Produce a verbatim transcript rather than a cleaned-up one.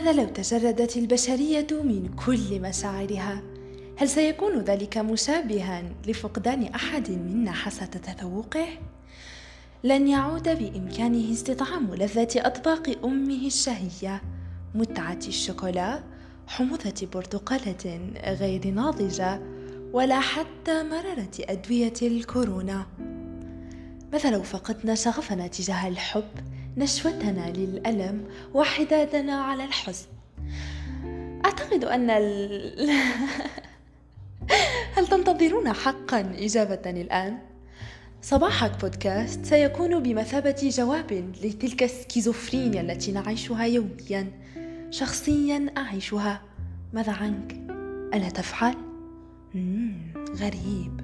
ماذا لو تجردت البشرية من كل مشاعرها؟ هل سيكون ذلك مشابها لفقدان أحد منا حاسة تذوقه؟ لن يعود بإمكانه استطعام لذة أطباق أمه الشهية، متعة الشوكولا، حموضة برتقالة غير ناضجة، ولا حتى مرارة أدوية الكورونا. ماذا لو فقدنا شغفنا تجاه الحب، نشوتنا للألم، وحدادنا على الحزن؟ أعتقد أن ال... هل تنتظرون حقا إجابة الآن؟ صباحك بودكاست سيكون بمثابة جواب لتلك السكيزوفرينيا التي نعيشها يوميا. شخصيا أعيشها. ماذا عنك؟ ألا تفعل؟ مم، غريب.